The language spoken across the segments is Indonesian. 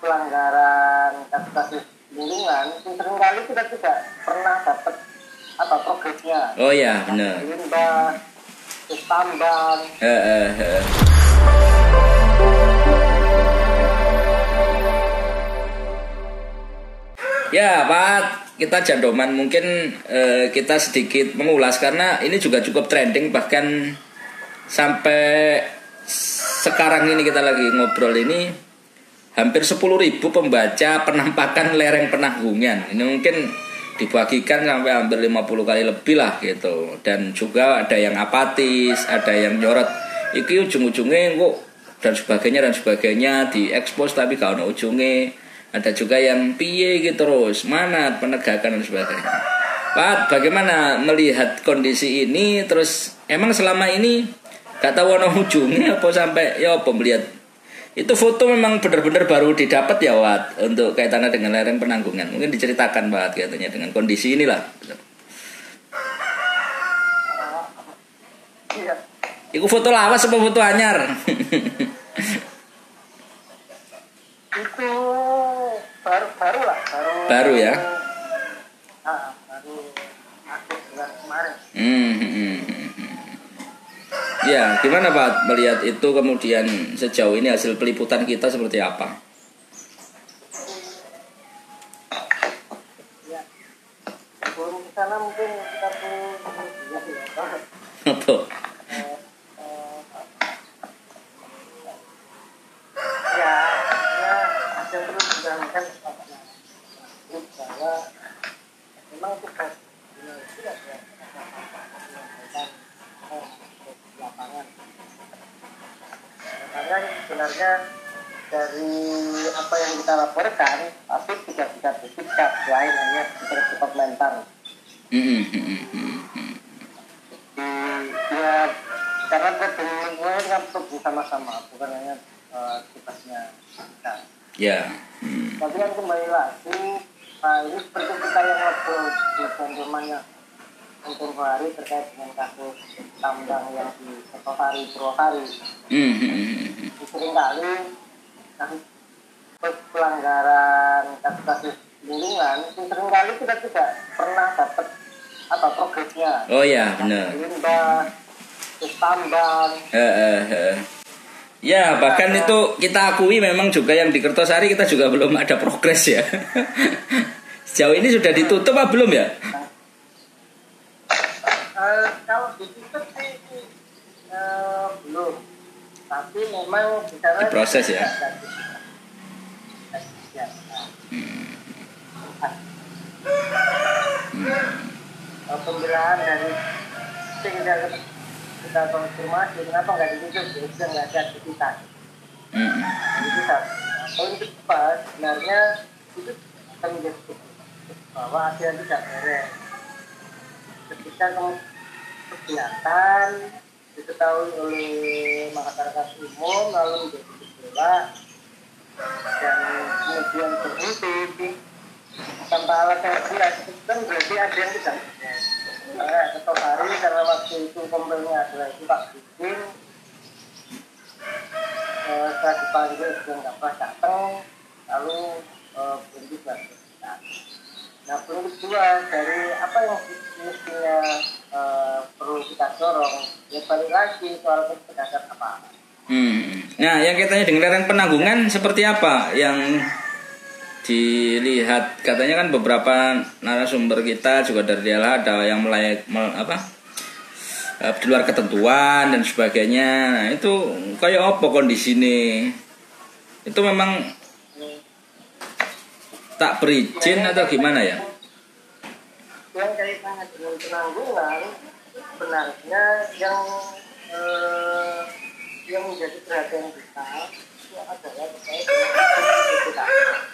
pelanggaran kasus lingkungan itu seringkali kita tidak pernah dapat progresnya. Oh ya, benar. Limbah, terus tambang. Ya Pak, kita jandoman mungkin kita sedikit mengulas karena ini juga cukup trending, bahkan sampai sekarang ini kita lagi ngobrol ini hampir 10.000 pembaca penampakan lereng Penanggungan. Ini mungkin dibagikan sampai hampir 50 kali lebih lah gitu. Dan juga ada yang apatis, ada yang nyorot iki ujung-ujungnya kok dan sebagainya diekspos tapi gak ada ujungnya. Ada juga yang piye gitu terus, mana penegakan dan sebagainya. Pak, bagaimana melihat kondisi ini? Terus emang selama ini gak tahu ada ujungnya apa sampai ya apa melihat itu foto memang benar-benar baru didapat ya Wat untuk kaitannya dengan lereng Penanggungan. Mungkin diceritakan Pak katanya dengan kondisi inilah. Iya. Iku foto lawas apa foto anyar? Itu baru lah. Baru ya? Baru akhir bulan kemarin. Ya, gimana Pak melihat itu kemudian sejauh ini hasil peliputan kita seperti apa? Ya, sebelum kesana mungkin kita perlu Apa? ya ada yang perlu dijalankan bahwa memang tugas itu ada lapangan. Karena sebenarnya dari apa yang kita laporkan, tapi tidak bisa bersikap lain hanya seperti komentar. Ya, karena problem lingkungan kan problem sama-sama, bukan hanya tugasnya kita. Ya. Tapi kan kembali lagi, ini seperti kita yang ngobrol di teman-temannya untuk hari terkait dengan kasus tambang yang di Sotosari, Purwosari. Seringkali pelanggaran kasus lingkungan itu seringkali kita tidak pernah dapat progresnya. Oh ya, benar. Limbah, terus tambang. Ya, bahkan itu kita akui memang juga yang di Kertosari kita juga belum ada progres ya. Sejauh ini sudah ditutup apa belum ya? Kalau ditutup sih belum, tapi memang di sana diproses ya. Pembelaan dari sehingga kita konfirmasi kenapa nggak ditutup, itu nggak ada aktivitas. Itu satu. Poin kedua sebenarnya itu akan menjadi bahwa ada yang tidak beres. Ketika kegiatan diketahui oleh masyarakat umum lalu menjadi gejolak dan kemudian berhenti tanpa alasan jelas, itu kan berarti ada yang tidak beres. Esok hari karena waktu itu komplainnya adalah itu Pak Bikin, setelah dipanggil sudah nggak pernah datang, lalu berhenti beraktivitas. Nah, poin kedua dari apa yang mestinya perlu kita dorong, ya balik lagi soal ketegasan apa. Nah, yang kaitannya dengan lereng Penanggungan seperti apa yang dilihat? Katanya kan beberapa narasumber kita juga dari daerah ada yang di luar ketentuan dan sebagainya. Nah, itu kayak apa kondisi ini? Itu memang tak berizin atau gimana ya? Yang kaitannya dengan penanggungan sebenarnya yang menjadi perhatian kita itu adalah terkait dengan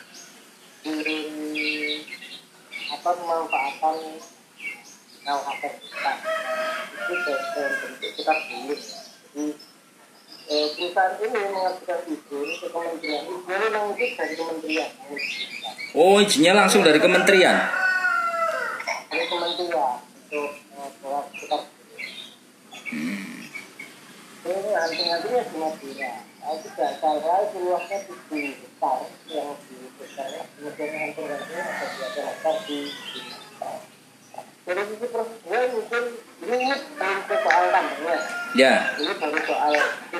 pemanfaatan LHK kita itu dalam bentuk kita boleh. Jadi perusahaan ini mengajukan izin ke kementerian, izin memang itu dari kementerian. Oh, izinnya langsung dari kementerian. Dari kementerian untuk kita. Ini anting-antingnya semua tidak salah itu luasnya 7 hektar yang di besarnya, kemudian yang penggantinya ada 2 hektar di dari sisi prosedur mungkin ini baru soal tambangnya. Ya. Ini baru soal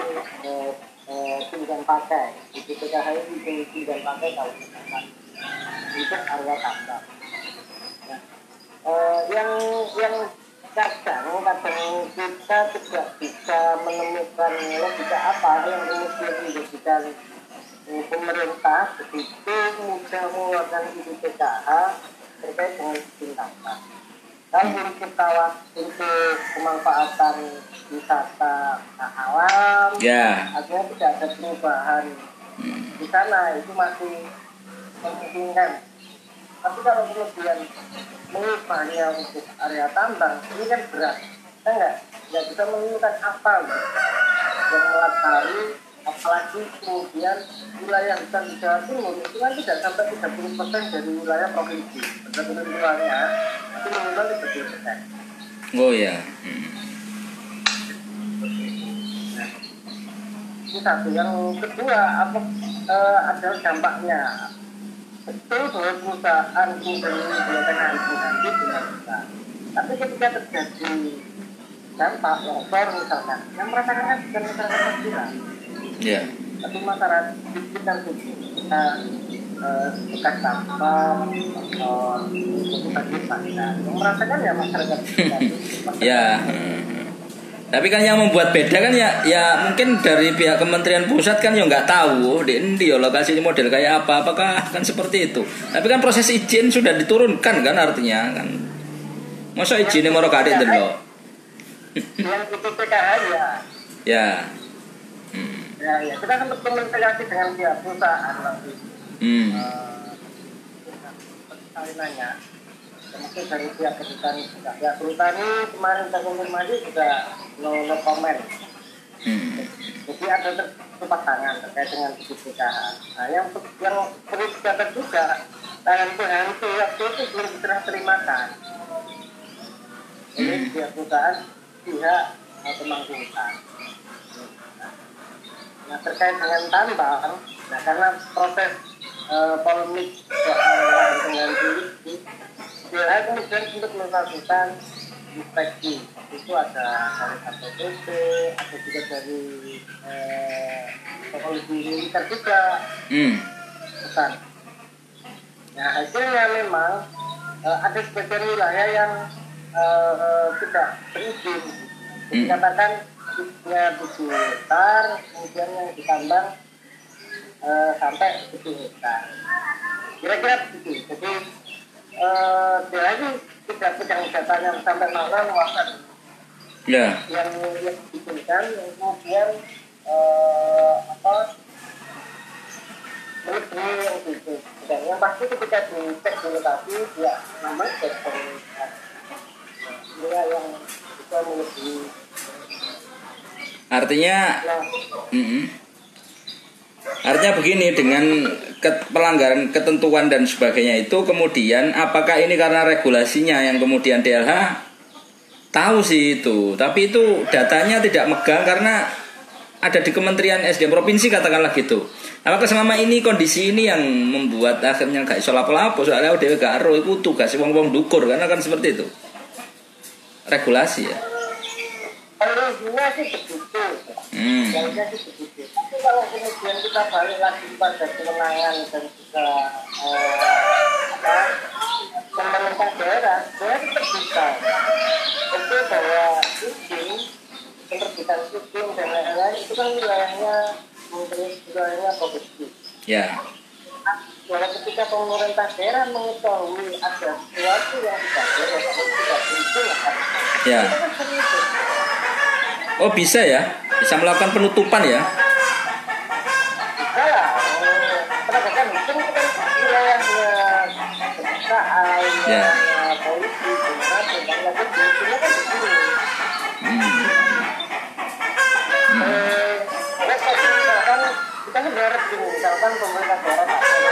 pinjam pakai di PKH ini pinjam pakai kalau misalkan untuk area tambang. Nah, yang kadang kita tidak bisa menemukan logika apa yang kemudian menjadikan pemerintah begitu mudah mengeluarkan ide PKH terkait dengan izin tambang. Kalau untuk pemanfaatan wisata alam, artinya tidak ada perubahan di sana, itu masih memungkinkan. Tapi kalau kemudian mengubahnya untuk area tambang, ini kan berat, nggak bisa menemukan apa yang melestari, apalagi kemudian wilayah besar di Jawa Timur itu kan tidak sampai 30% dari wilayah provinsi, ketentuannya itu minimal 30%. Oh ya. Nah, ini satu. Yang kedua, adalah dampaknya. Betul bahwa perusahaan kemudian menggunakan nanti dengan besar. Tapi ketika terjadi dampak longsor misalkan, yang merasakannya bukan masyarakat kecilan. Ya. Tapi masyarakat di sekitar situ, kita bekas sampah, bagi pandan, yang merasakan ya masyarakat sekitar. Ya. Tapi kan yang membuat beda kan ya mungkin dari pihak Kementerian Pusat kan ya nggak tahu di lokasi model kayak apa, apakah kan seperti itu. Tapi kan proses izin sudah diturunkan kan, artinya kan. Masa izinnya mau kadek dulu. Yang itu PKH ya. Ya. Ya, kita akan berkomunikasi dengan pihak perusahaan nanti. Kali nanya, termasuk dari pihak perhutani juga. Pihak perhutani kemarin kita konfirmasi juga no comment. Jadi ada tertutup tangan terkait dengan PKH. Nah, yang perlu dicatat juga, tangan penghenti waktu itu belum diserah terimakan. Jadi pihak perusahaan, pihak pemangku hutang. Nah, terkait dengan tambang, nah karena proses polemik soal lahan pengganti itu, dia kemudian untuk melakukan inspeksi. Itu ada dari KPPT, ada juga dari polisi militer juga. Bukan. Nah, hasilnya memang ada sebagian wilayah yang tidak berizin. Dikatakan ya 7 hektar, kemudian yang ditambang sampai 7 hektar. Kira-kira begitu. Jadi dia lagi tidak pegang datanya sampai mana luasan. Yang diizinkan, yang kemudian melebihi yang itu. Dan yang pasti ketika dicek di lokasi dia namanya dia yang bisa melebihi. Artinya begini, dengan pelanggaran ketentuan dan sebagainya itu kemudian apakah ini karena regulasinya yang kemudian DLH tahu sih itu, tapi itu datanya tidak megang karena ada di Kementerian SDM provinsi katakanlah gitu. Apakah selama ini kondisi ini yang membuat akhirnya gak iso lapo-lapo, soalnya udah gak ero iku tugas wong-wong dukur, karena kan seperti itu regulasi ya. Kalau dunia sih begitu, jalurnya sih begitu. Tapi kalau kemudian kita balik lagi pada kewenangan dan juga pemerintah daerah, dia tetap bisa. Itu bahwa izin, penerbitan izin dan lain-lain itu kan wilayahnya provinsi. Ya. Bahwa ketika pemerintah daerah mengetahui ada sesuatu yang tidak beres atau tidak berizin, ya. Itu kan serius. Oh bisa ya, bisa melakukan penutupan ya? Bisa lah, penegakan hukum itu kan wilayahnya kejaksaan, wilayahnya polisi, dan lagi hukumnya kan di sini. Misalkan kita kan berharap gini, misalkan pemerintah daerah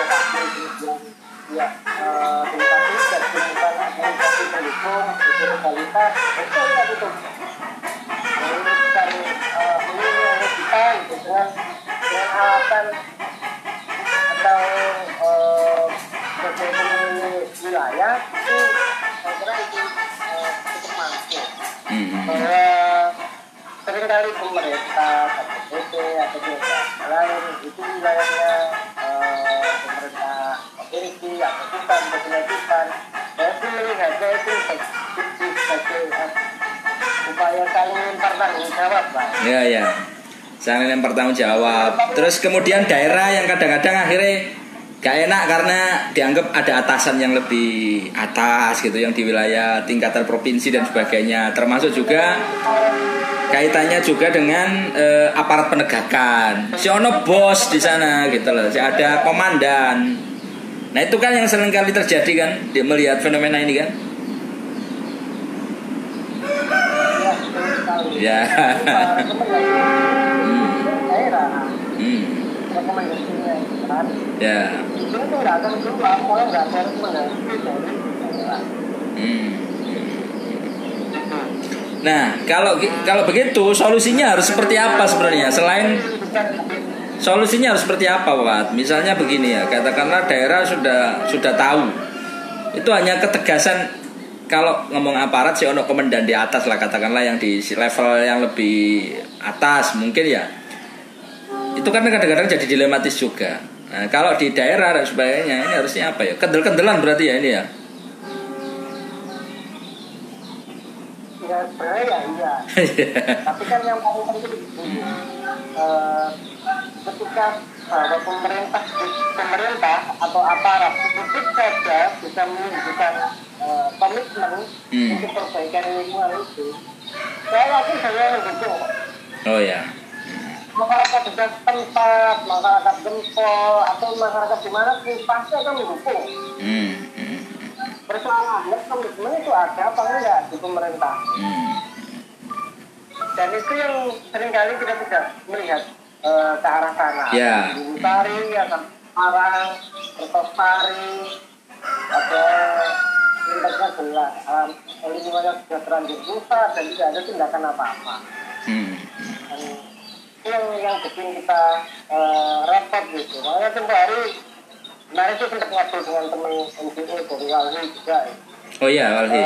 ya demokrasi dan kehidupan administrasi pendukung, legalitas, itu tidak itu. Ini yang kita gitu kan dengan alasan atau sebagai pemilik wilayah itu saya kira itu cukup mampu. Bahwa seringkali pemerintah, KPP atau pihak lain itu wilayahnya pemerintah memiliki atau bukan berkelanjutan. Saya sih melihatnya itu sebagai upaya saling lempar tanggung jawab, Pak. Ya ya, saling lempar tanggung jawab. Terus kemudian daerah yang kadang-kadang akhirnya gak enak karena dianggap ada atasan yang lebih atas gitu, yang di wilayah tingkatan provinsi dan sebagainya. Termasuk juga kaitannya juga dengan aparat penegakan. Si ono bos di sana gitu loh, si ada komandan. Nah itu kan yang sering kali terjadi kan, dia melihat fenomena ini kan. Ya. Daerah. Rekomendasinya kan. Ya. Itu nggak akan keluar kalau nggak ada rekomendasi dari daerah. Nah, kalau begitu solusinya harus seperti apa sebenarnya? Solusinya harus seperti apa, Pak? Misalnya begini ya, katakanlah daerah sudah tahu. Itu hanya ketegasan. Kalau ngomong aparat sih ono komandan di atas lah, katakanlah yang di level yang lebih atas mungkin ya. Itu kan kadang-kadang jadi dilematis juga. Nah, kalau di daerah dan sebagainya ini harusnya apa ya? Kendel-kendelan berarti ya ini ya. Ya sebenarnya ya iya. Tapi kan yang paling penting itu ketika bahwa pemerintah atau aparat itu saja bisa menunjukkan komitmen untuk perbaikan lingkungan itu, saya yakin saya mendukung. Oh ya. Masyarakat desa setempat, masyarakat Gempol atau masyarakat di mana pun pasti akan mendukung. Persoalannya komitmen itu ada apa enggak di pemerintah. Dan itu yang seringkali kita tidak melihat ke arah sana. Ya. Di Utari, ya Parang, Kertosari, ada lintasnya jelas, lingkungannya sudah terlanjur rusak dan tidak ada tindakan apa-apa. Dan itu yang bikin kita repot gitu. Makanya tempoh hari kemarin itu sempat ngobrol dengan teman NGO dari Walhi juga. Oh iya, Walhi.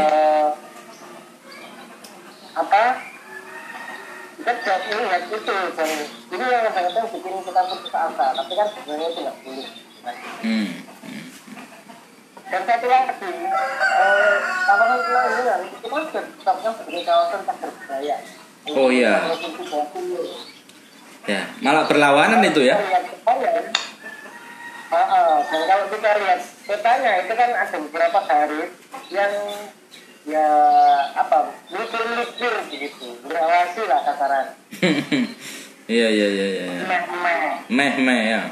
Kita tidak melihat itu, dan ini yang kadang-kadang bikin kita putus asa, tapi kan sebenarnya itu nggak boleh. Dan satu lagi, kawasan Penanggungan itu kan tetapnya sebagai kawasan cagar budaya. Oh iya. Ya, malah berlawanan itu ya. Dan kalau kita lihat petanya itu kan ada beberapa garis yang ya mikir begitu, berawasi lah kasaran. Iya. Meh ya.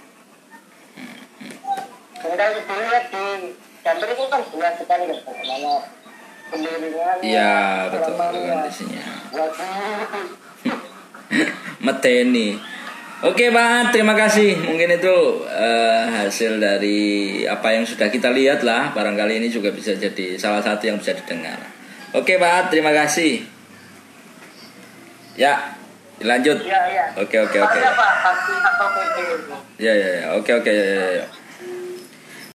Dan kalau kita lihat di kantor itu kan jelas sekali kan bagaimana pendirian. Iya betul kondisinya. Meteni. Oke Pak, terima kasih. Mungkin itu hasil dari apa yang sudah kita lihat lah. Barangkali ini juga bisa jadi salah satu yang bisa didengar. Oke Pak, terima kasih. Ya, dilanjut. Iya. Oke. Pak, pasti atau PP. Ya. Oke.